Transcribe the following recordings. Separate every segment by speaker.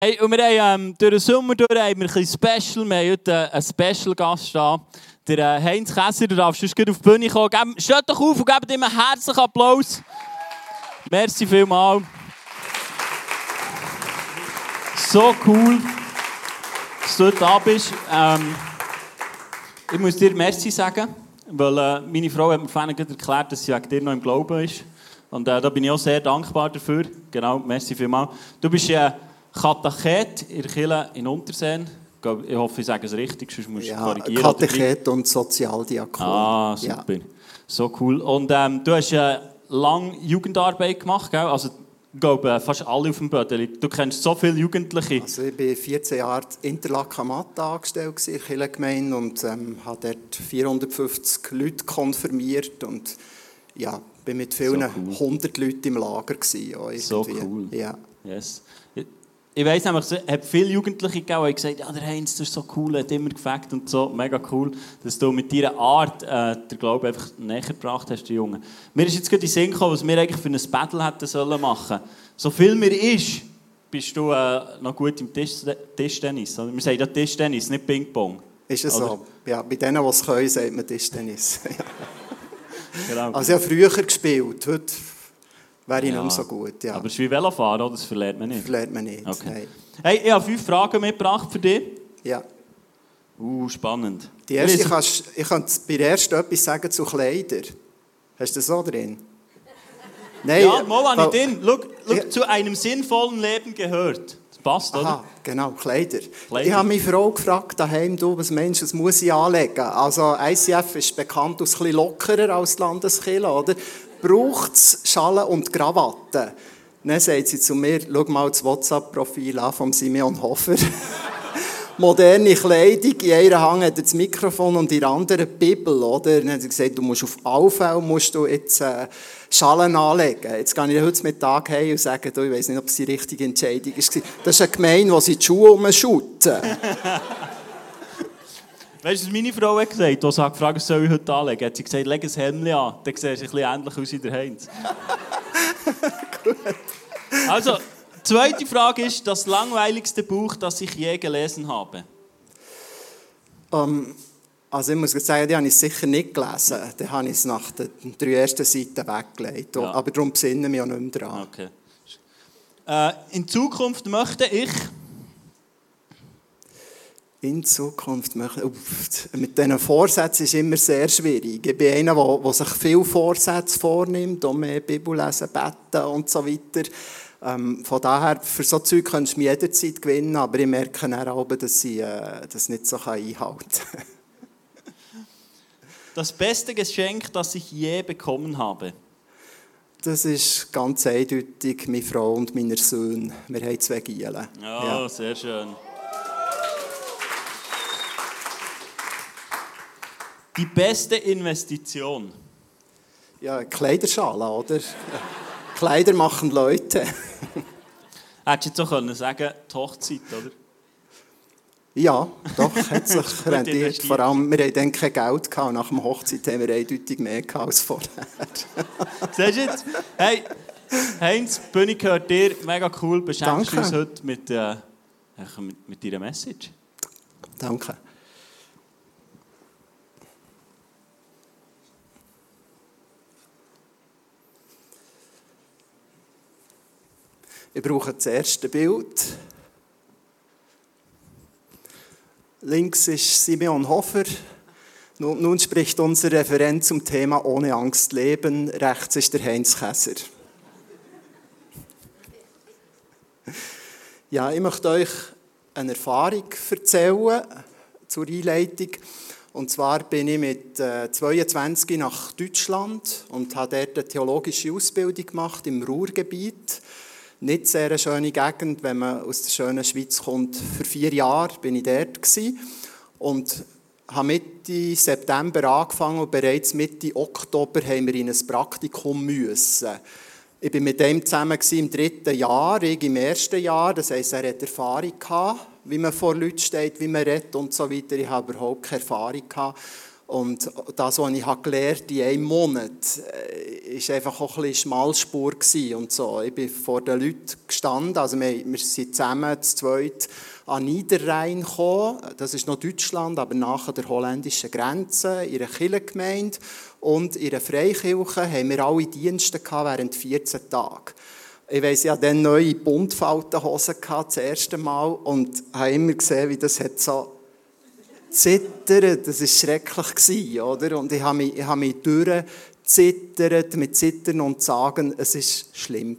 Speaker 1: Hey, und wir haben durch den Sommer haben wir ein bisschen Special. Wir haben heute einen Special-Gast da. Der Heinz Käser, du darfst sonst auf die Bühne kommen. Steht doch auf und gebt ihm einen herzlichen Applaus. Merci vielmals. So cool, dass du heute da bist. Ich muss dir Merci sagen, weil meine Frau hat mir vorhin erklärt, dass sie wegen dir noch im Glauben ist. Und da bin ich auch sehr dankbar dafür. Genau, merci vielmals. Du bist Katechet in der Kirche in Unterseen. Ich hoffe, ich sage es richtig, sonst musst du korrigieren.
Speaker 2: Katechet und Sozialdiakon.
Speaker 1: Ah, super. Ja. So cool. Und du hast lange Jugendarbeit gemacht, gell? Also, ich glaube, fast alle auf dem Bödeli. Du kennst so viele Jugendliche.
Speaker 2: Also ich war 14 Jahre in Interlaken angestellt in der Kirchengemeinde und habe dort 450 Leute konfirmiert und ja, bin mit vielen 100 Leuten im Lager gewesen.
Speaker 1: So cool.
Speaker 2: Ja.
Speaker 1: Yes. Ich weiss nämlich, es hat viele Jugendliche gegeben, die gesagt haben, ja, der Heinz, das ist so cool, er hat immer gefragt und so. Mega cool, dass du mit deiner Art den Glauben einfach näher gebracht hast, die Jungen. Mir ist jetzt gerade in den Sinn gekommen, was wir eigentlich für ein Battle hätten machen sollen. So viel mir ist, bist du noch gut im Tischtennis. Wir sagen ja Tischtennis, nicht Ping-Pong.
Speaker 2: Ist es so? Ja, bei denen, die es können, sagt man Tischtennis.
Speaker 1: Genau.
Speaker 2: Also ich habe früher gespielt, heute wäre ich nicht mehr so gut. Ja.
Speaker 1: Aber es ist wie Velofahren, oder? Das verlernt man nicht.
Speaker 2: Das verlernt man nicht.
Speaker 1: Okay. Hey, ich habe 5 Fragen mitgebracht für dich.
Speaker 2: Ja.
Speaker 1: Spannend.
Speaker 2: Die erste, ich könnte bei der ersten etwas sagen zu Kleidern. Hast du das so drin? Nein.
Speaker 1: Ja, mal habe ich drin. Schau, zu einem sinnvollen Leben gehört. Das passt, oder?
Speaker 2: Aha, genau, Kleider. Ich habe meine Frau gefragt, daheim, du, was Mensch, das muss ich anlegen. Also ICF ist bekannt als etwas lockerer als die Landeskirche, oder? Braucht es Schalen und Krawatten? Dann sagt sie zu mir, schau mal das WhatsApp-Profil an von Simeon Hofer. Moderne Kleidung, in einer Hand hat er das Mikrofon und in der anderen die Bibel, oder? Dann hat sie gesagt, du musst auf alle Fälle jetzt Schalen anlegen. Jetzt gehe ich heute Mittag heim und sage, du, ich weiss nicht, ob es die richtige Entscheidung war. Das ist eine Gemeinde, wo sie die Schuhe umschütten.
Speaker 1: Weißt du, was meine Frau hat gesagt, die sie gefragt hat, soll ich heute anlegen? Hat sie gesagt, leg ein Hemd an, dann siehst du ein bisschen ähnlich aus wie der Heinz.
Speaker 2: Gut.
Speaker 1: Also, die zweite Frage ist, das langweiligste Buch, das ich je gelesen habe.
Speaker 2: Also ich muss sagen, die habe ich sicher nicht gelesen. Dann habe ich es nach den 3 ersten Seiten weggelegt. Ja. Aber darum besinnen wir mich auch nicht mehr dran.
Speaker 1: Okay. In Zukunft möchte ich...
Speaker 2: In Zukunft möchte ich... Mit diesen Vorsätzen ist es immer sehr schwierig. Ich bin einer, der sich viele Vorsätze vornimmt, um mehr Bibel lesen, beten und so weiter. Von daher, für so Zeug kannst du mich jederzeit gewinnen, aber ich merke dann auch, dass ich das nicht so einhalten kann.
Speaker 1: Das beste Geschenk, das ich je bekommen habe?
Speaker 2: Das ist ganz eindeutig meine Frau und meine Söhne. Wir haben 2 Gielen.
Speaker 1: Ja, sehr schön. Die beste Investition?
Speaker 2: Ja, Kleiderschale, oder? Kleider machen Leute.
Speaker 1: Hättest du jetzt auch sagen können, die Hochzeit, oder?
Speaker 2: Ja, doch, hat sich rentiert. Vor allem, wir hatten dann kein Geld gehabt, und nach der Hochzeit haben wir eindeutig mehr gehabt als vorher.
Speaker 1: Siehst du jetzt? Hey, Heinz, die Bühne gehört dir, mega cool. Beschenkst du uns heute mit deiner Message.
Speaker 2: Danke. Ich brauche das erste Bild. Links ist Simeon Hofer. Nun spricht unser Referent zum Thema Ohne Angst leben. Rechts ist der Heinz Käser. Ja, ich möchte euch eine Erfahrung erzählen zur Einleitung. Und zwar bin ich mit 22 nach Deutschland und habe dort eine theologische Ausbildung gemacht im Ruhrgebiet. Nicht sehr eine schöne Gegend, wenn man aus der schönen Schweiz kommt. Für 4 Jahre bin ich dort und habe Mitte September angefangen und bereits Mitte Oktober haben wir in ein Praktikum müssen. Ich war mit dem zusammen im 3. Jahr, ich im 1. Jahr. Das heisst, er hat Erfahrung gehabt, wie man vor Leuten steht, wie man redet und so weiter. Ich habe überhaupt keine Erfahrung gehabt. Und das, was ich gelernt habe in einem Monat, war einfach auch ein bisschen Schmalspur und so. Ich bin vor den Leuten gestanden, also wir sind zusammen zu zweit an Niederrhein gekommen. Das ist noch Deutschland, aber nachher der holländischen Grenze, in einer Kirchengemeinde. Und in einer Freikirche haben wir alle Dienste während 14 Tagen. Ich weiss, ich hatte dann neue Buntfaltenhosen das erste Mal und habe immer gesehen, wie das hat so zittert. Das war schrecklich, oder? Und ich habe mich durchgezittert mit Zittern und Sagen, es war schlimm.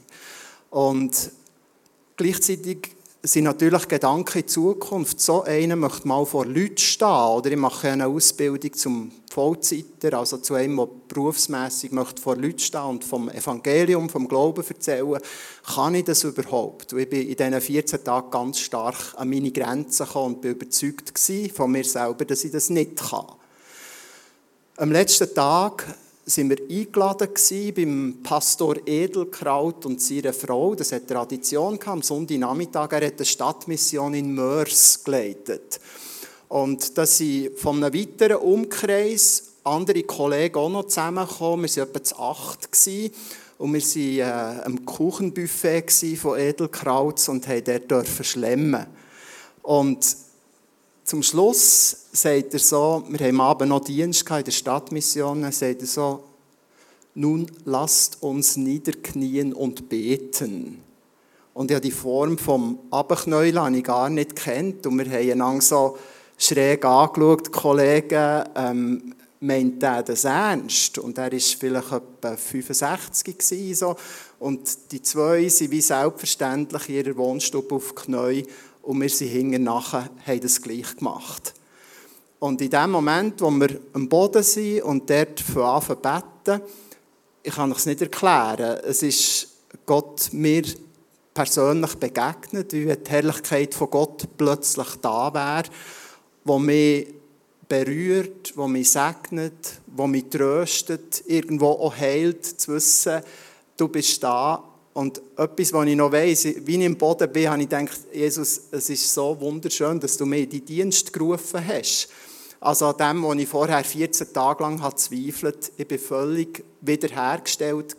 Speaker 2: Und gleichzeitig sind natürlich Gedanken in die Zukunft. So einer möchte mal vor Leuten stehen. Oder ich mache eine Ausbildung zum Vollzeiter, also zu einem, der berufsmässig vor Leuten stehen und vom Evangelium, vom Glauben erzählen. Kann ich das überhaupt? Und ich bin in diesen 14 Tagen ganz stark an meine Grenzen gekommen und bin überzeugt von mir selber, dass ich das nicht kann. Am letzten Tag waren wir eingeladen beim Pastor Edelkraut und seiner Frau. Das hat Tradition gehabt. Am Sonntagnachmittag. Er hat eine Stadtmission in Moers geleitet. Und da sind von einem weiteren Umkreis andere Kollegen auch noch zusammengekommen. Wir waren etwa zu 8 und wir waren am Kuchenbuffet von Edelkrauts und durften dort schlemmen. Und zum Schluss sagt er so, wir haben am Abend noch Dienst in der Stadtmission, sagt er so, nun lasst uns niederknien und beten. Und ich habe die Form vom Abknäulen gar nicht gekannt und wir haben einander so schräg angeschaut, die Kollegen, meint er das ernst? Und er war vielleicht etwa 65 so. Und die zwei sind wie selbstverständlich in ihrer Wohnstube auf die Knie und wir sind hinten nachher, haben das gleich gemacht. Und in dem Moment, wo wir am Boden sind und dort anfangen zu beten, ich kann es nicht erklären, es ist Gott mir persönlich begegnet, wie die Herrlichkeit von Gott plötzlich da wäre, die mich berührt, die mich segnet, die mich tröstet, irgendwo auch heilt, zu wissen, du bist da. Und etwas, was ich noch weiss, wie ich im Boden bin, habe ich gedacht, Jesus, es ist so wunderschön, dass du mich in die Dienst gerufen hast. Also an dem, was ich vorher 14 Tage lang zweifelt, ich war völlig wiederhergestellt.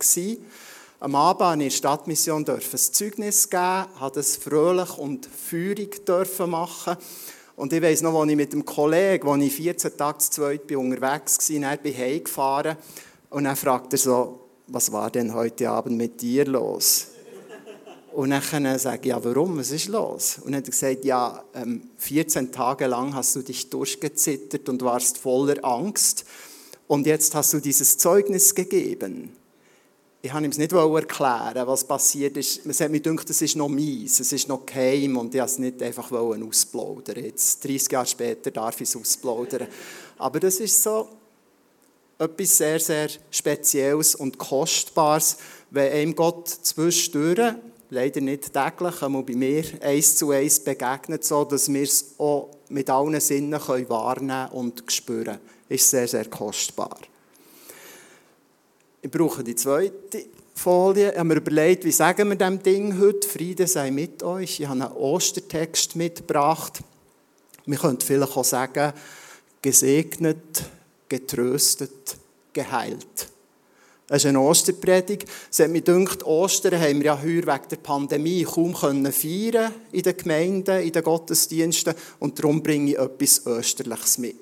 Speaker 2: Am Abend durfte ich in der Stadtmission ein Zeugnis geben, durfte es fröhlich und feurig machen. Und ich weiss noch, als ich mit dem Kollegen, als ich 14 Tage zu zweit unterwegs war, dann bin ich heimgefahren und dann fragte er so, was war denn heute Abend mit dir los? Und dann sage ich, ja, warum, was ist los? Und dann hat er gesagt, ja, 14 Tage lang hast du dich durchgezittert und warst voller Angst und jetzt hast du dieses Zeugnis gegeben. Ich wollte ihm es nicht erklären, was passiert ist. Es hat mir gedacht, es ist noch mies, es ist noch geheim und ich wollte es nicht einfach ausplaudern. Jetzt, 30 Jahre später, darf ich es ausplaudern. Aber das ist so etwas sehr, sehr Spezielles und Kostbares, wenn einem Gott zwischendurch, leider nicht täglich, aber bei mir 1:1 begegnet, so dass wir es auch mit allen Sinnen wahrnehmen und spüren. Das ist sehr, sehr kostbar. Ich brauche die zweite Folie. Ich habe mir überlegt, wie sagen wir dem Ding heute? Friede sei mit euch. Ich habe einen Ostertext mitgebracht. Wir könnten vielleicht auch sagen, gesegnet, getröstet, geheilt. Das ist eine Osterpredigt. Es hat mich gedacht, Ostern haben wir ja heuer wegen der Pandemie kaum feiern in den Gemeinden, in den Gottesdiensten. Und darum bringe ich etwas Österliches mit.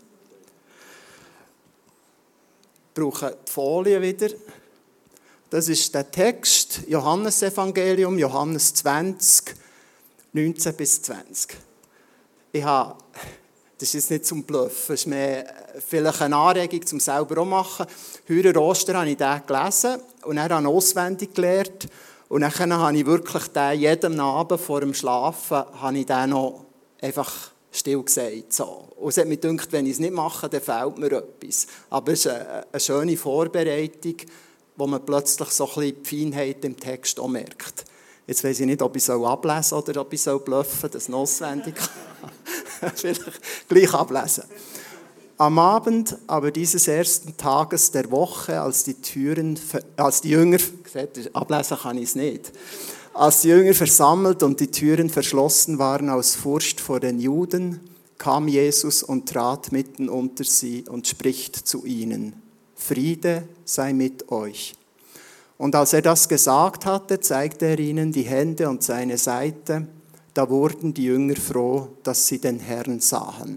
Speaker 2: Ich brauche die Folie wieder. Das ist der Text, Johannesevangelium, Johannes 20, 19 bis 20. Das ist jetzt nicht zum Bluffen, es ist mehr vielleicht eine Anregung, zum selber auch machen. Heuer Ostern habe ich den gelesen und dann habe ich auswendig gelernt. Und dann habe ich wirklich den jeden Abend vor dem Schlafen habe ich den noch einfach still gesagt. So. Und es hat mir gedacht, wenn ich es nicht mache, dann fehlt mir etwas. Aber es ist eine schöne Vorbereitung, wo man plötzlich so ein bisschen die Feinheit im Text auch merkt. Jetzt weiss ich nicht, ob ich ablesen soll oder ob ich bluffen soll, das auswendig vielleicht gleich ablesen. Am Abend aber dieses ersten Tages der Woche, als die Jünger, ablesen kann ich es nicht, als die Jünger versammelt und die Türen verschlossen waren aus Furcht vor den Juden, kam Jesus und trat mitten unter sie und spricht zu ihnen: Friede sei mit euch. Und als er das gesagt hatte, zeigte er ihnen die Hände und seine Seite. Da wurden die Jünger froh, dass sie den Herrn sahen.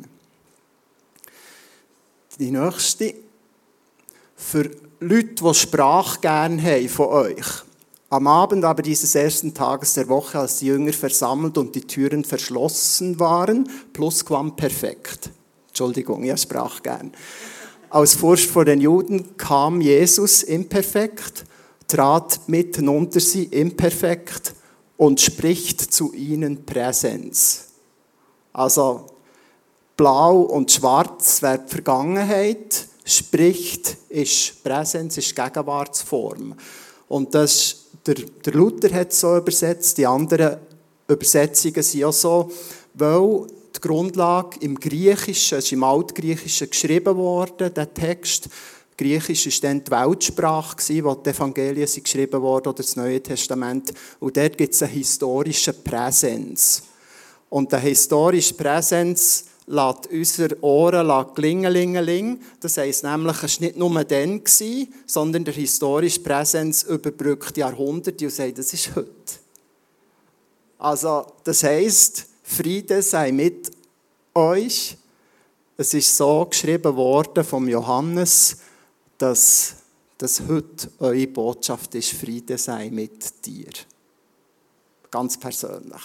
Speaker 2: Die nächste. Für Leute, die Sprache gerne haben von euch. Am Abend aber dieses ersten Tages der Woche, als die Jünger versammelt und die Türen verschlossen waren, Plusquamperfekt. Entschuldigung, ich sprach gern. Aus Furcht vor den Juden kam Jesus imperfekt, trat mitten unter sie imperfekt und spricht zu ihnen Präsens. Also blau und schwarz wäre die Vergangenheit, spricht ist Präsens, ist Gegenwartsform. Und das der Luther hat es so übersetzt, die anderen Übersetzungen sind auch so, weil die Grundlage im Griechischen, es ist im Altgriechischen geschrieben worden, der Text. Griechisch war dann die Weltsprache, wo die Evangelien geschrieben wurden, oder das Neue Testament. Und dort gibt es eine historische Präsenz. Und der historische Präsenz lässt unsere Ohren klingelingeling. Das heisst nämlich, es war nicht nur dann, sondern der historische Präsenz überbrückt Jahrhunderte und sagt, das ist heute. Also, das heisst, Friede sei mit euch. Es ist so geschrieben worden vom Johannes, dass heute eure Botschaft ist, Friede sei mit dir. Ganz persönlich.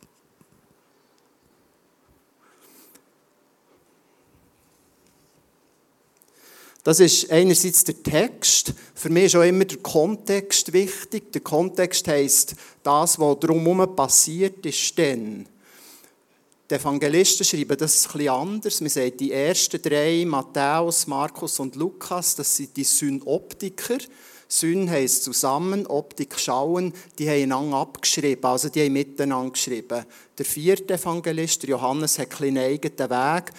Speaker 2: Das ist einerseits der Text. Für mich ist auch immer der Kontext wichtig. Der Kontext heisst, das, was drumherum passiert, ist dann. Die Evangelisten schreiben das ein bisschen anders. Man sagt, die ersten drei, Matthäus, Markus und Lukas, das sind die Synoptiker. Syn heisst zusammen, Optik schauen, die haben einander abgeschrieben, also die haben miteinander geschrieben. Der vierte Evangelist, der Johannes, hat einen eigenen Weg.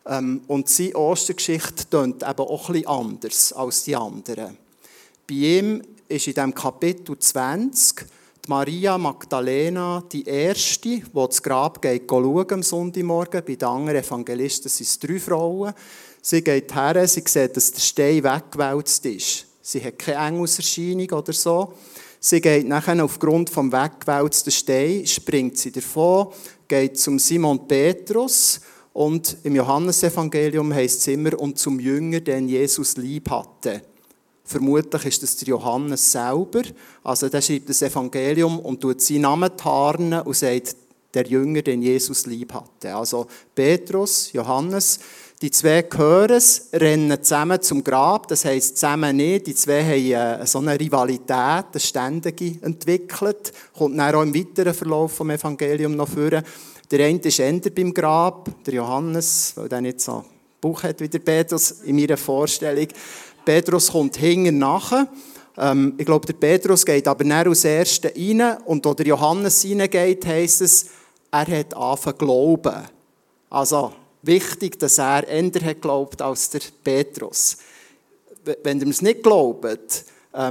Speaker 2: Und seine Ostergeschichte tönt eben auch ein bisschen anders als die anderen. Bei ihm ist in diesem Kapitel 20 die Maria Magdalena die erste, die das Grab schaut am Sonntagmorgen. Bei den anderen Evangelisten sind es 3 Frauen. Sie geht her, sie sieht, dass der Stein weggewälzt ist. Sie hat keine Engelserscheinung oder so. Sie geht nachher aufgrund des weggewälzten Steins, springt sie davon, geht zum Simon Petrus. Und im Johannesevangelium heisst es immer, und zum Jünger, den Jesus lieb hatte. Vermutlich ist das der Johannes selber. Also der schreibt das Evangelium und tut seinen Namen tarnen und sagt, der Jünger, den Jesus lieb hatte. Also Petrus, Johannes, die zwei hören es, rennen zusammen zum Grab. Das heisst zusammen nicht. Die zwei haben so eine Rivalität, eine ständige entwickelt. Kommt dann auch im weiteren Verlauf des Evangeliums noch vor. Der eine ist eher beim Grab, der Johannes, weil der nicht so einen Bauch hat wie der Petrus, in meiner Vorstellung. Petrus kommt hinten nach. Ich glaube, der Petrus geht aber nicht als Erster rein. Und wo der Johannes reingeht, heisst es, er hat angefangen zu glauben. Also wichtig, dass er eher hat geglaubt als der Petrus. Wenn ihr es nicht glaubt,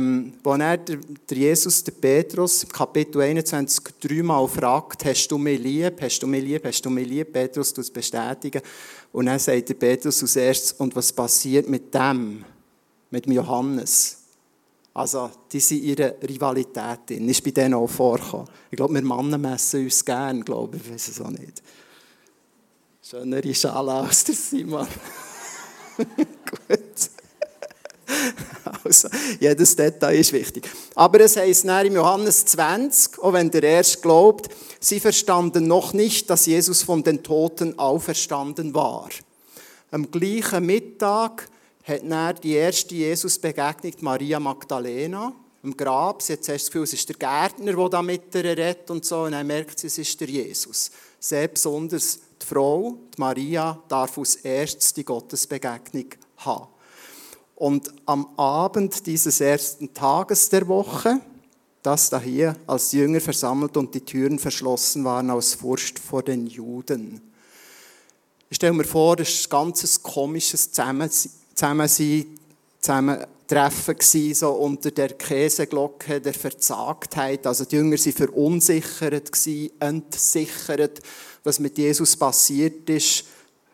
Speaker 2: wo er der Jesus, der Petrus, im Kapitel 21 3-mal fragt, hast du mich lieb, hast du mich lieb, hast du mich lieb? Petrus tut es bestätigen. Und dann sagt der Petrus als erstes, und was passiert mit dem Johannes? Also, die sind in ihrer Rivalität drin. Ist bei denen auch vorgekommen. Ich glaube, wir Männer messen uns gern, glaube ich, weiß es auch nicht. Schönere Schale als der Simon. Gut. Also, jedes Detail ist wichtig. Aber es heisst dann im Johannes 20, auch wenn der Erste glaubt, sie verstanden noch nicht, dass Jesus von den Toten auferstanden war. Am gleichen Mittag hat dann die erste Jesus-Begegnung Maria Magdalena im Grab. Sie hat zuerst das Gefühl, es ist der Gärtner, der da mit ihr redet und so. Und dann merkt sie, es ist der Jesus. Sehr besonders die Frau, die Maria, darf als erstes die Gottesbegegnung haben. Und am Abend dieses ersten Tages der Woche, das da hier, als die Jünger versammelt und die Türen verschlossen waren aus Furcht vor den Juden. Ich stelle mir vor, das war ein ganz komisches Zusammentreffen so unter der Käseglocke der Verzagtheit. Also die Jünger waren verunsichert, entsichert, was mit Jesus passiert ist.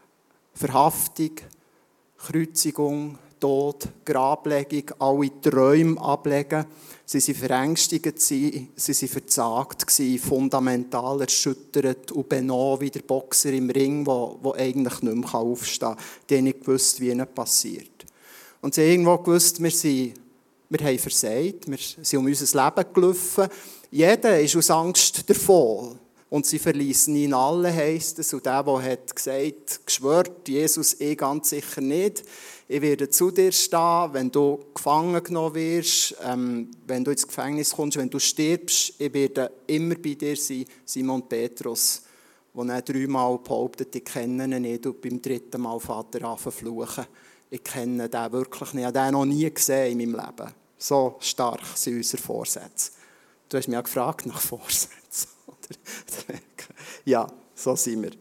Speaker 2: Verhaftung, Kreuzigung, Tod, Grablegung, alle Träume ablegen. Sie waren verängstigt, sie waren verzagt, fundamental erschüttert und benommen wie der Boxer im Ring, der eigentlich nicht mehr aufstehen kann. Die haben nicht gewusst, wie ihnen passiert. Und sie haben irgendwo gewusst, wir haben versagt, wir sind um unser Leben gelaufen. Jeder ist aus Angst davon. Und sie verließen ihn alle, heisst es. Und der hat gesagt, geschwört, Jesus ganz sicher nicht. Ich werde zu dir stehen, wenn du gefangen genommen wirst, wenn du ins Gefängnis kommst, wenn du stirbst. Ich werde immer bei dir sein, Simon Petrus, der dann 3-mal behauptet, ich kenne ihn nicht. Und beim 3. Mal Vater an zu fluchen. Ich kenne den wirklich nicht. Ich habe den noch nie gesehen in meinem Leben. So stark sind unsere Vorsätze. Du hast mich ja gefragt nach Vorsätzen. Ja, so sind wir.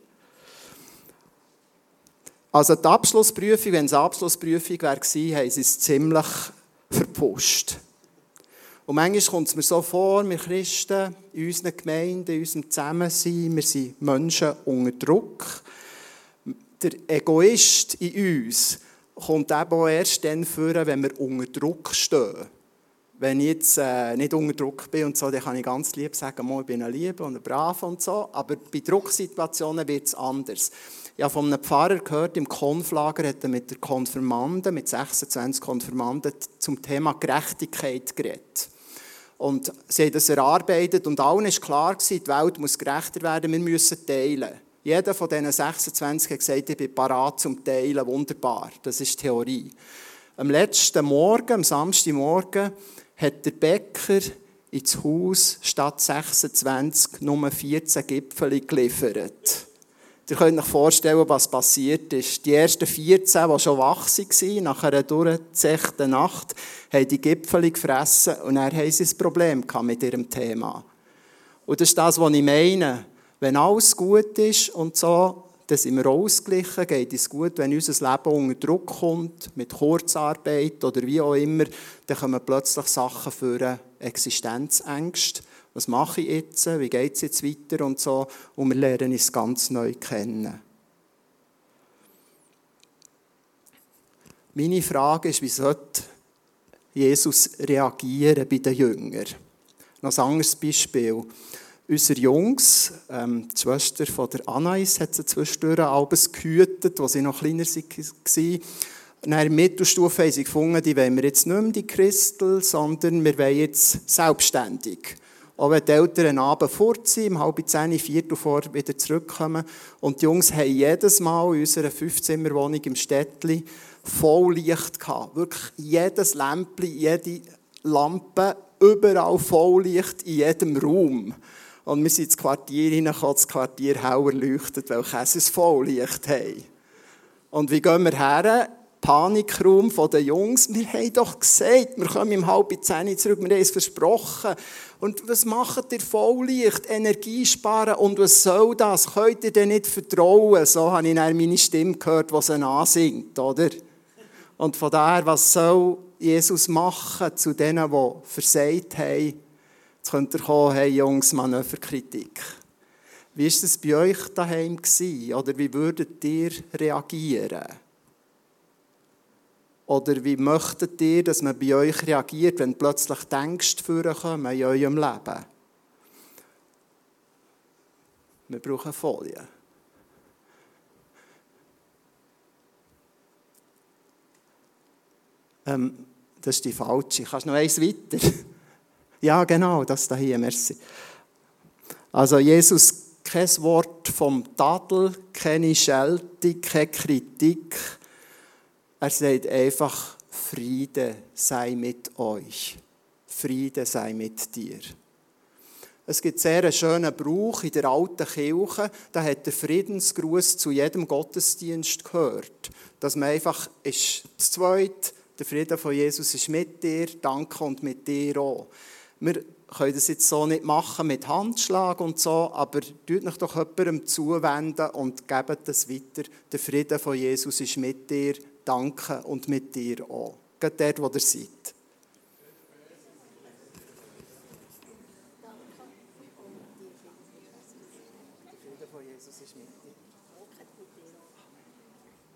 Speaker 2: Also die Abschlussprüfung, wenn es eine Abschlussprüfung wäre, haben sie es ziemlich verpusht. Und manchmal kommt es mir so vor, wir Christen in unseren Gemeinden, in unserem Zusammensein, wir sind Menschen unter Druck. Der Egoist in uns kommt eben auch erst dann vor, wenn wir unter Druck stehen. Wenn ich jetzt nicht unter Druck bin und so, dann kann ich ganz lieb sagen, ich bin ein Lieber und ein Braver und so. Aber bei Drucksituationen wird es anders. Ich habe von einem Pfarrer gehört, im Konflager hat er mit der Konfirmanden, mit 26 Konfirmanden, zum Thema Gerechtigkeit geredet. Und sie haben das erarbeitet und allen war klar, die Welt muss gerechter werden, wir müssen teilen. Jeder von diesen 26 hat gesagt, ich bin bereit zum Teilen, wunderbar, das ist Theorie. Am letzten Morgen, am Samstagmorgen, hat der Bäcker ins Haus statt 26 nur 14 Gipfeli geliefert. Ihr könnt euch vorstellen, was passiert ist. Die ersten 14, die schon wach waren, nach einer durchgezechten Nacht, haben die Gipfeli gefressen und dann haben sie ein Problem mit ihrem Thema. Und das ist das, was ich meine. Wenn alles gut ist und so, dann sind wir ausgeglichen, geht es gut. Wenn unser Leben unter Druck kommt, mit Kurzarbeit oder wie auch immer, dann kommen plötzlich Sachen für Existenzängste. Was mache ich jetzt? Wie geht es jetzt weiter? Und so. Und wir lernen uns ganz neu kennen. Meine Frage ist, wie sollte Jesus reagieren bei den Jüngern? Noch ein anderes Beispiel. Unsere Jungs, die Schwester von der Anais, hat sie zwischendurch alles gehütet, als sie noch kleiner waren. In der Mittelstufe haben sie gefunden, die wollen wir jetzt nicht mehr, die Christel, sondern wir wollen jetzt selbstständig. Auch wenn die Eltern abends fort sind, um 9:30, 15 vor wieder zurückkommen. Und die Jungs haben jedes Mal in unserer 5-Zimmer-Wohnung im Städtli voll Licht gehabt. Wirklich jedes Lämpchen, jede Lampe, überall voll Licht in jedem Raum. Und wir sind ins Quartier hineingekommen, das Quartier hell erleuchtet, weil wir ein Volllicht haben. Und wie gehen wir her? Panikraum der Jungs. Wir haben doch gesagt, wir kommen um 9:30 zurück, wir haben es versprochen. Und was macht ihr Volllicht? Energie sparen. Und was soll das? Könnt ihr denn nicht vertrauen? So habe ich dann meine Stimme gehört, die sie ansingt, oder? Und von daher, was soll Jesus machen zu denen, die versagt haben? Jetzt könnt ihr kommen, hey Jungs, Manöverkritik. Wie war das bei euch daheim gewesen? Oder wie würdet ihr reagieren? Oder wie möchtet ihr, dass man bei euch reagiert, wenn plötzlich die Ängste vorkommen in eurem Leben? Wir brauchen Folie. Das ist die falsche. Kannst du noch eins weiter? Ja, genau, das da hier, merci. Also Jesus, kein Wort vom Tadel, keine Schelte, keine Kritik. Er sagt einfach, Friede sei mit euch. Friede sei mit dir. Es gibt sehr einen schönen Brauch in der alten Kirche, da hat der Friedensgruß zu jedem Gottesdienst gehört. Dass man einfach ist das Zweite, der Friede von Jesus ist mit dir, danke und mit dir auch. Wir können das jetzt so nicht machen mit Handschlag und so, aber tut euch doch jemandem zuwenden und gebt das weiter. Der Friede von Jesus ist mit dir, danke und mit dir auch. Geht dort, wo ihr seid. Der Friede von Jesus ist mit dir.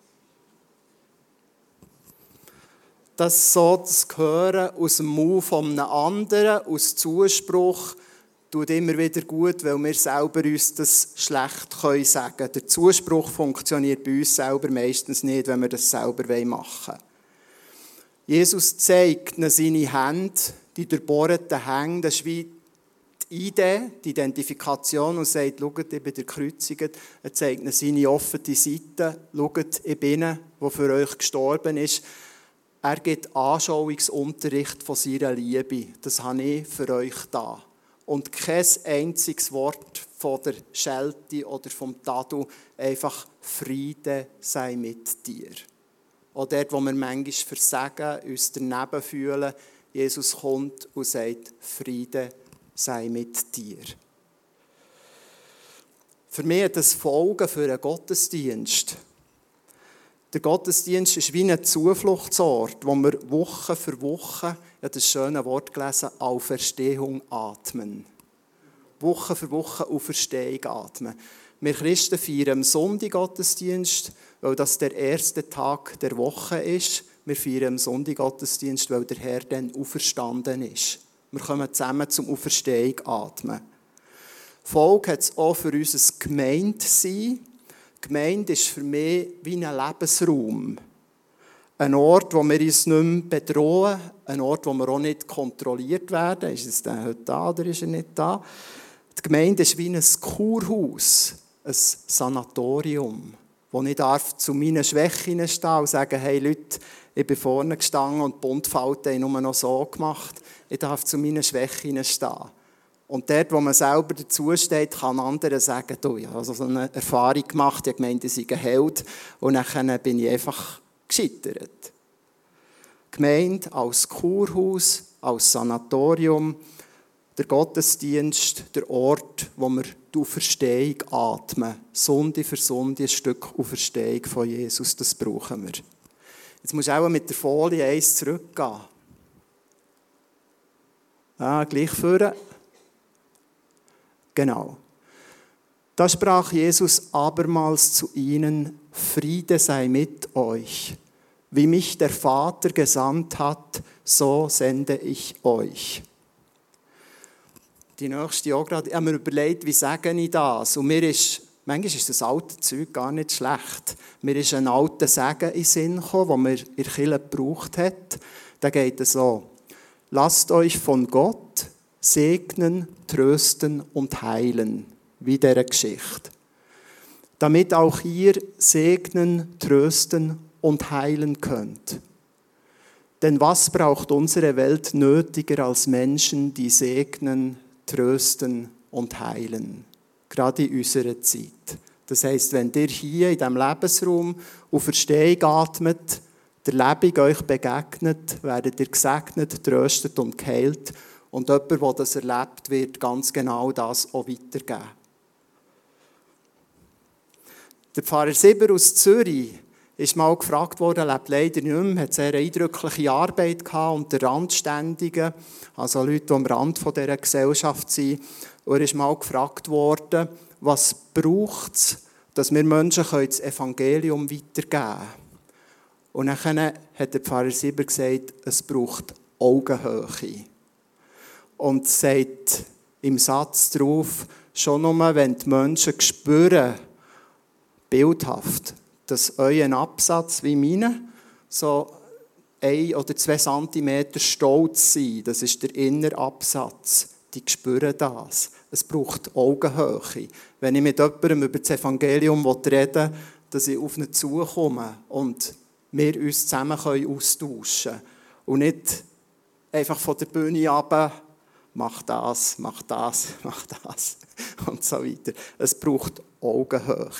Speaker 2: das so zu hören aus dem Mund von einem anderen, aus Zuspruch, tut immer wieder gut, weil wir selber uns das schlecht sagen können. Der Zuspruch funktioniert bei uns selber meistens nicht, wenn wir das selber machen wollen. Jesus zeigt ihnen seine Hände, die durchbohrten Hände, das ist wie die Idee, die Identifikation und sagt, schaut, ich bin der Kreuzige. Er zeigt ihnen seine offene Seite, schaut, ich bin der für euch gestorben ist. Er gibt Anschauungsunterricht von seiner Liebe. Das habe ich für euch da. Und kein einziges Wort von der Schelte oder vom Tadel, einfach Friede sei mit dir. Auch dort, wo wir manchmal versagen, uns daneben fühlen, Jesus kommt und sagt, Friede sei mit dir. Für mich hat das Folgen für einen Gottesdienst. Der Gottesdienst ist wie ein Zufluchtsort, wo wir Woche für Woche, ich habe das schöne Wort gelesen, Auferstehung atmen. Woche für Woche Auferstehung atmen. Wir Christen feiern am Sonntag Gottesdienst, weil das der erste Tag der Woche ist. Wir feiern am Sonntag Gottesdienst, weil der Herr dann auferstanden ist. Wir kommen zusammen zum Auferstehung atmen. Folge hat es auch für uns ein Gemeindesein. Gemeinde ist für mich wie ein Lebensraum. Ein Ort, wo wir uns nicht mehr bedrohen. Ein Ort, wo wir auch nicht kontrolliert werden. Ist es denn heute da oder ist er nicht da? Die Gemeinde ist wie ein Kurhaus, ein Sanatorium, wo ich zu meinen Schwächen stehen und sagen, hey Leute, ich bin vorne gestanden und die Buntfalten haben nur noch so gemacht. Ich darf zu meinen Schwächen stehen. Und dort, wo man selber dazu steht, kann andere sagen, du, ich habe so eine Erfahrung gemacht, ich habe gemeint, ich sei ein Held und dann bin ich einfach gescheitert. Gemeinde als Kurhaus, als Sanatorium, der Gottesdienst, der Ort, wo wir die Auferstehung atmen. Sonde für Sonde ein Stück Auferstehung von Jesus, das brauchen wir. Jetzt musst du auch mit der Folie 1 zurückgehen. Gleich vorne. Genau. Da sprach Jesus abermals zu ihnen, Friede sei mit euch. Wie mich der Vater gesandt hat, so sende ich euch. Die nächste auch gerade. Ich habe mir überlegt, wie sage ich das? Und manchmal ist das alte Zeug gar nicht schlecht. Mir ist ein alter Segen in den Sinn gekommen, den man in der Kirche gebraucht hat. Da geht es so. Lasst euch von Gott segnen, trösten und heilen. Wie dieser Geschichte. Damit auch ihr segnen, trösten und heilen könnt. Denn was braucht unsere Welt nötiger als Menschen, die segnen, trösten und heilen? Gerade in unserer Zeit. Das heisst, wenn ihr hier in diesem Lebensraum Auferstehung atmet, der Lebung euch begegnet, werdet ihr gesegnet, tröstet und geheilt. Und jemand, der das erlebt, wird ganz genau das auch weitergeben. Der Pfarrer Sieber aus Zürich ist mal gefragt worden, er lebt leider nicht mehr, hat sehr eindrückliche Arbeit gehabt unter Randständigen, also Leute, die am Rand dieser Gesellschaft sind. Und er ist mal gefragt worden, was braucht es, dass wir Menschen das Evangelium weitergeben können. Und dann hat der Pfarrer Sieber gesagt, es braucht Augenhöhe. Und sagt im Satz darauf, schon nur, wenn die Menschen spüren, bildhaft, dass euer Absatz wie meine so 1 oder 2 Zentimeter stolz sind. Das ist der innere Absatz. Die spüren das. Es braucht Augenhöhe. Wenn ich mit jemandem über das Evangelium reden will, dass ich auf ihn zukomme und wir uns zusammen austauschen können. Und nicht einfach von der Bühne runter, mach das und so weiter. Es braucht Augenhöhe.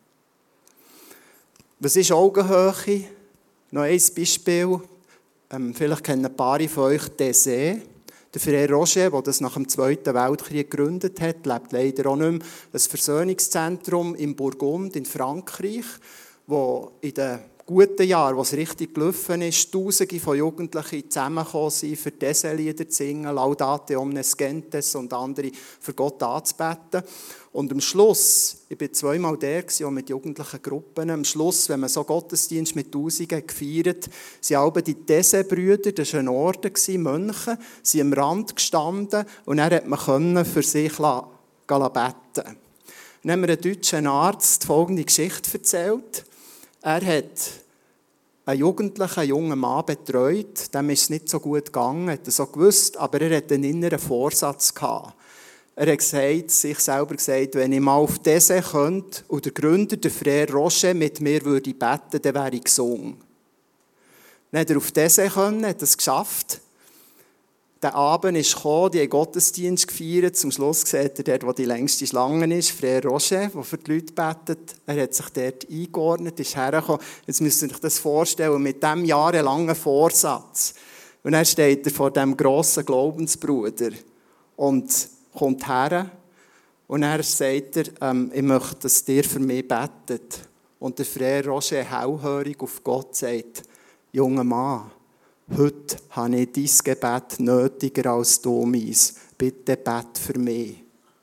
Speaker 2: Was ist Augenhöhe? Noch ein Beispiel. Vielleicht kennen ein paar von euch Desé. Der Frère Roger, der das nach dem Zweiten Weltkrieg gegründet hat, lebt leider auch nicht mehr. Ein Versöhnungszentrum in Burgund in Frankreich, wo in den guten Jahren, wo es richtig gelaufen ist, Tausende von Jugendlichen zusammengekommen sind, für diese Lieder zu singen, Laudate omnes gentes und andere für Gott anzubeten. Und am Schluss, ich war zweimal der, auch mit jugendlichen Gruppen, am Schluss, wenn man so Gottesdienst mit Tausenden gefeiert, sind alle die These-Brüder, das war ein Orden, Mönche, sind am Rand gestanden und dann konnte man für sich beten. Dann haben wir einen deutschen Arzt folgende Geschichte erzählt. Er hat einen Jugendlichen, jungen Mann betreut, dem ist es nicht so gut gegangen, hat er so gewusst, aber er hatte einen inneren Vorsatz gehabt. Er hat sich selber gesagt, wenn ich mal auf diese könnte und der Gründer, der Frère Rocher, mit mir würde beten, dann wäre ich gesungen. Dann hat er auf diese können, hat es geschafft. Der Abend ist gekommen, die haben Gottesdienst gefeiert. Zum Schluss sieht er dort, wo die längste Schlange ist, Frère Rocher, der für die Leute betet. Er hat sich dort eingeordnet, ist hergekommen. Jetzt müsst ihr euch das vorstellen, mit diesem jahrelangen Vorsatz. Und dann steht er vor diesem grossen Glaubensbruder und kommt her. Und dann sagt er, ich möchte, dass ihr für mich betet. Und der Frère Rocher, hellhörig auf Gott, sagt, junger Mann, heute habe ich dein Gebet nötiger als du meins. Bitte bet für mich.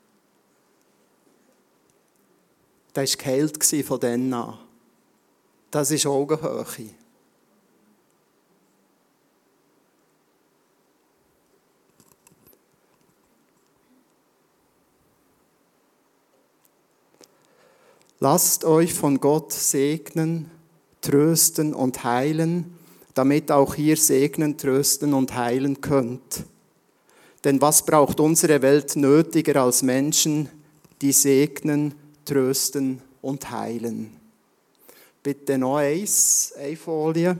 Speaker 2: Der war geheilt von dann an. Das ist Augenhöhe. Lasst euch von Gott segnen, trösten und heilen, damit auch ihr segnen, trösten und heilen könnt. Denn was braucht unsere Welt nötiger als Menschen, die segnen, trösten und heilen? Bitte noch eine Folie.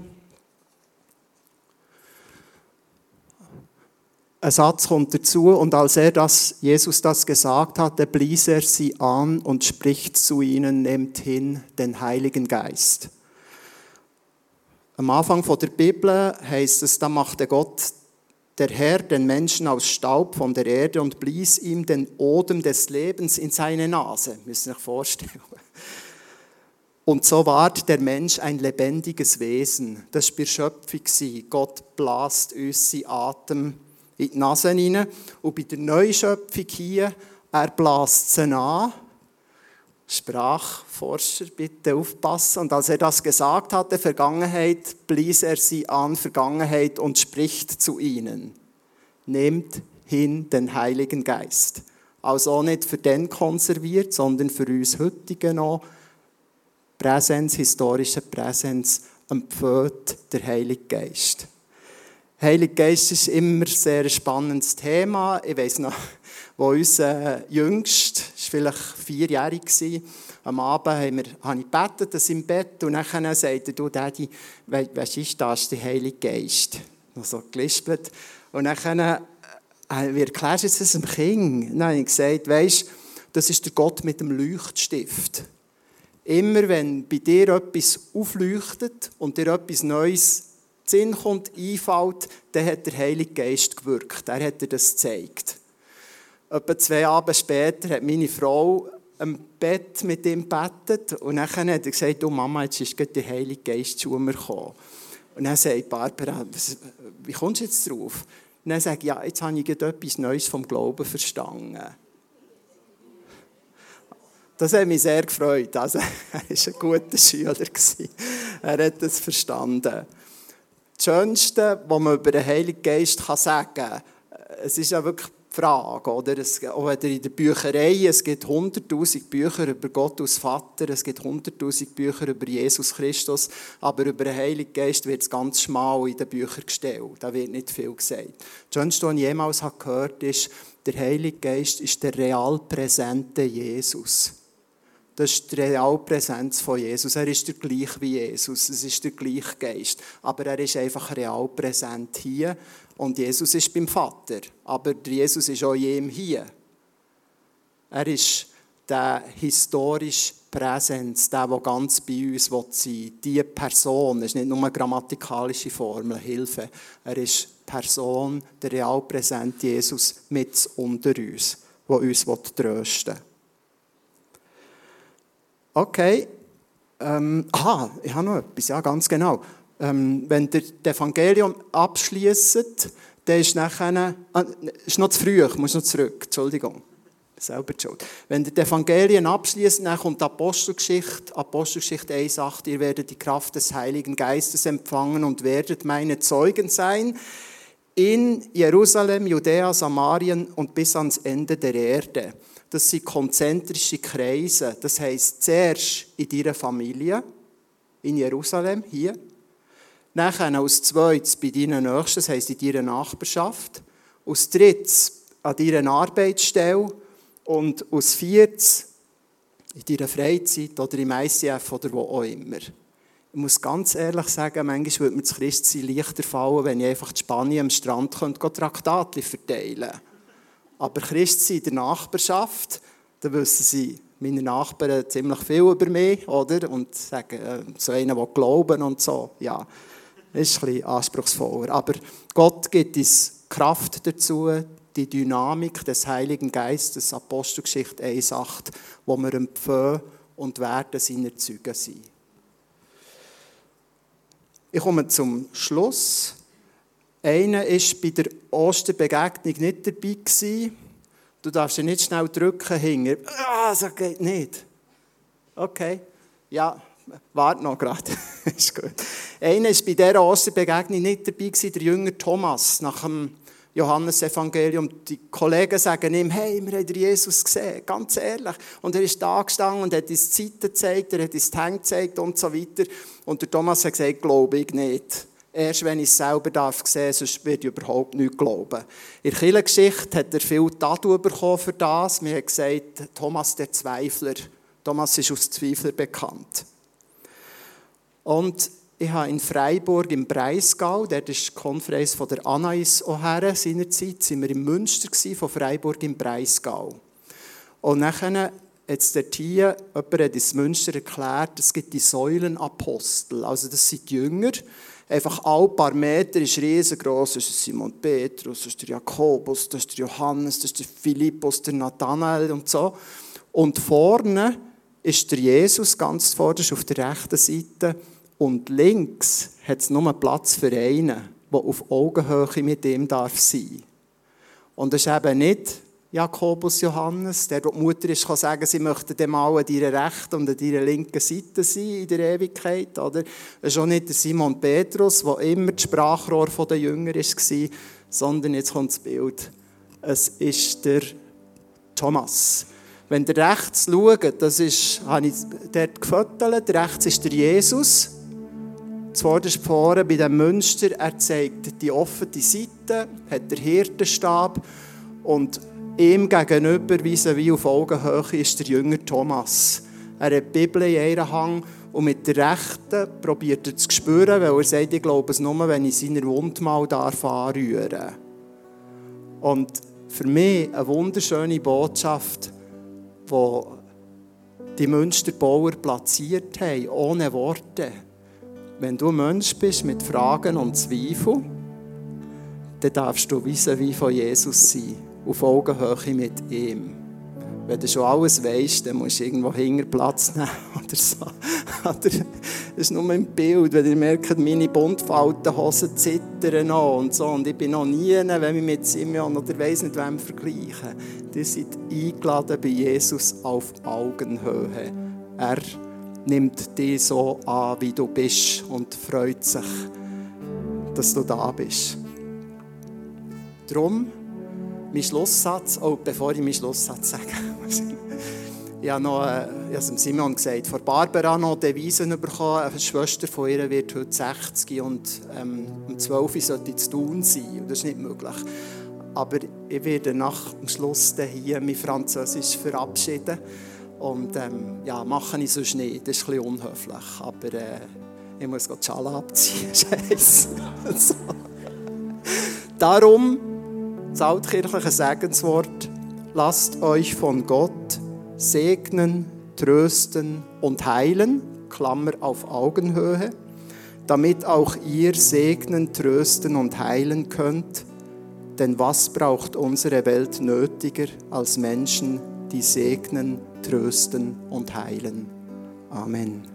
Speaker 2: Ein Satz kommt dazu, und als Jesus das gesagt hatte, blies er sie an und spricht zu ihnen, nehmt hin den Heiligen Geist. Am Anfang der Bibel heisst es, da machte Gott, der Herr, den Menschen aus Staub von der Erde und blies ihm den Odem des Lebens in seine Nase. Müsst ihr euch vorstellen. Und so ward der Mensch ein lebendiges Wesen. Das war bei der Schöpfung. Gott bläst uns seinen Atem in die Nase hinein. Und bei der Neuschöpfung hier, er bläst sie an. Sprachforscher, bitte aufpassen. Und als er das gesagt hatte, Vergangenheit, blies er sie an, Vergangenheit, und spricht zu ihnen. Nehmt hin den Heiligen Geist. Also auch nicht für den konserviert, sondern für uns heutige noch. Präsenz, historische Präsenz, empfiehlt der Heilige Geist. Heilige Geist ist immer ein sehr spannendes Thema. Ich weiss noch, wo unser Jüngst, war vielleicht 4-jährig, am Abend habe ich gebetet, das im Bett, und dann sagte er, du Daddy, was ist das, der Heilige Geist? Noch so gelispelt. Und dann, wie erklärst du es dem Kind? Dann habe ich gesagt, weisst, das ist der Gott mit dem Leuchtstift. Immer wenn bei dir etwas aufleuchtet und dir etwas Neues in den Sinn kommt, einfällt, dann hat der Heilige Geist gewirkt. Er hat dir das gezeigt. Etwa 2 Abende später hat meine Frau am Bett mit ihm gebetet und dann hat er gesagt, du Mama, jetzt ist gerade der Heilige Geist zu mir gekommen. Und dann sagt Barbara, wie kommst du jetzt drauf? Und dann sage ich, ja, jetzt habe ich gerade etwas Neues vom Glauben verstanden. Das hat mich sehr gefreut. Also, er war ein guter Schüler. Er hat es verstanden. Das Schönste, was man über den Heiligen Geist sagen kann, es ist ja wirklich die Frage, oder? Auch in der Bücherei, es gibt 100'000 Bücher über Gott als Vater, es gibt 100'000 Bücher über Jesus Christus, aber über den Heiligen Geist wird es ganz schmal in den Büchern gestellt. Da wird nicht viel gesagt. Das Schönste, was ich jemals gehört habe, ist, der Heilige Geist ist der real präsente Jesus. Das ist die Realpräsenz von Jesus. Er ist der gleich wie Jesus. Es ist der gleiche Geist. Aber er ist einfach real präsent hier. Und Jesus ist beim Vater. Aber Jesus ist auch jedem hier. Er ist der historische Präsenz, der ganz bei uns sein will. Diese Person ist nicht nur eine grammatikalische Formel, Hilfe. Er ist die Person, der real präsente Jesus mit unter uns, der uns trösten will. Okay, Ich habe noch etwas, ja, ganz genau. Wenn ihr das Evangelium abschliesst, dann ist nachher... ist noch zu früh, ich muss noch zurück, Entschuldigung. Selber schuld. Wenn ihr die Evangelien abschließt, dann kommt die Apostelgeschichte 1,8, ihr werdet die Kraft des Heiligen Geistes empfangen und werdet meine Zeugen sein in Jerusalem, Judäa, Samarien und bis ans Ende der Erde. Das sind konzentrische Kreise. Das heisst, zuerst in deiner Familie, in Jerusalem, hier. Nachher als zweites bei deinen Nächsten, das heisst in deiner Nachbarschaft. Als drittes an deiner Arbeitsstelle. Und als viertes in deiner Freizeit oder im ICF oder wo auch immer. Ich muss ganz ehrlich sagen, manchmal würde mir das Christsein leichter fallen, wenn ich einfach in Spanien am Strand Traktate verteilen könnte. Aber Christsein in der Nachbarschaft, da wissen sie, meine Nachbarn ziemlich viel über mich, oder? Und sagen, so einer, der glauben und so. Ja, das ist ein bisschen anspruchsvoller. Aber Gott gibt uns Kraft dazu, die Dynamik des Heiligen Geistes, Apostelgeschichte 1,8, wo wir empfangen und werden seine Zeugen sein. Ich komme zum Schluss. Einer war bei der Osterbegegnung nicht dabei gewesen. Du darfst ihn nicht schnell drücken hinter. Das geht nicht. Okay. Ja, warte noch gerade. Ist gut. Einer war bei dieser Osterbegegnung nicht dabei gewesen, der Jünger Thomas, nach dem Johannesevangelium. Die Kollegen sagen ihm, hey, wir haben Jesus gesehen, ganz ehrlich. Und er ist da gestanden und hat uns die Zeiten gezeigt, er hat uns die Hände gezeigt und so weiter. Und der Thomas hat gesagt, glaube ich nicht. Erst wenn ich es selber sehen darf, sonst werde ich überhaupt nicht glauben. In der Kirchengeschichte hat er viel Tattoo bekommen für das. Wir haben gesagt, Thomas der Zweifler. Thomas ist als Zweifler bekannt. Und ich habe in Freiburg im Breisgau, dort ist die Konferenz von der Anais O'Hare seinerzeit, sind wir im Münster von Freiburg im Breisgau. Und nachher jetzt dort hier, jemand hat ins Münster erklärt, es gibt die Säulenapostel, also das sind die Jünger, einfach alle paar Meter ist riesengroß, das ist Simon Petrus, das ist der Jakobus, das ist der Johannes, das ist der Philippus, der Nathanael und so. Und vorne ist der Jesus, ganz vorne auf der rechten Seite. Und links hat es nur Platz für einen, der auf Augenhöhe mit ihm sein darf. Und das ist eben nicht Jakobus Johannes, der die Mutter ist, kann sagen, sie möchten dem mal an deiner rechten und an deiner linken Seite sein in der Ewigkeit. Oder? Es ist auch nicht der Simon Petrus, der immer das Sprachrohr der Jünger war, sondern jetzt kommt das Bild. Es ist der Thomas. Wenn ihr rechts schaut, das ist, habe ich dort gefotogt, rechts ist der Jesus. Zuvorderst vorne bei dem Münster, er zeigt die offene Seite, hat den Hirtenstab und ihm gegenüber, vis-à-vis auf Augenhöhe, ist der Jünger Thomas. Er hat die Bibel in einer Hand und mit der rechten probiert er zu spüren, weil er sagt, ich glaube es nur, wenn ich seine Wunde mal anrühren darf. Und für mich eine wunderschöne Botschaft, die die Münsterbauer platziert haben, ohne Worte. Wenn du ein Mensch bist mit Fragen und Zweifeln, dann darfst du vis-à-vis von Jesus sein, auf Augenhöhe mit ihm. Wenn du schon alles weisst, dann musst du irgendwo hinten Platz nehmen oder so. Das ist nur ein Bild, wenn ihr merkt, meine Buntfaltenhosen zittern noch und so. Und ich bin noch nie, wenn ich mit Simeon oder weiss nicht wem vergleiche. Die sind eingeladen bei Jesus auf Augenhöhe. Er nimmt dich so an, wie du bist und freut sich, dass du da bist. Darum, mein Schlusssatz, bevor ich meinen Schlusssatz sage, ich habe es dem Simon gesagt, von Barbara noch Devisen bekommen, eine Schwester von ihr wird heute 60 und um 12 Uhr sollte ich zu tun sein, und das ist nicht möglich. Aber ich werde nach dem Schluss hier mein Französisch verabschieden. Und mache ich sonst nicht. Das ist ein bisschen unhöflich. Aber ich muss die Schale abziehen. Scheiße. So. Darum, das altkirchliche Segenswort, lasst euch von Gott segnen, trösten und heilen, Klammer auf Augenhöhe, damit auch ihr segnen, trösten und heilen könnt. Denn was braucht unsere Welt nötiger als Menschen, die segnen, trösten und heilen. Amen.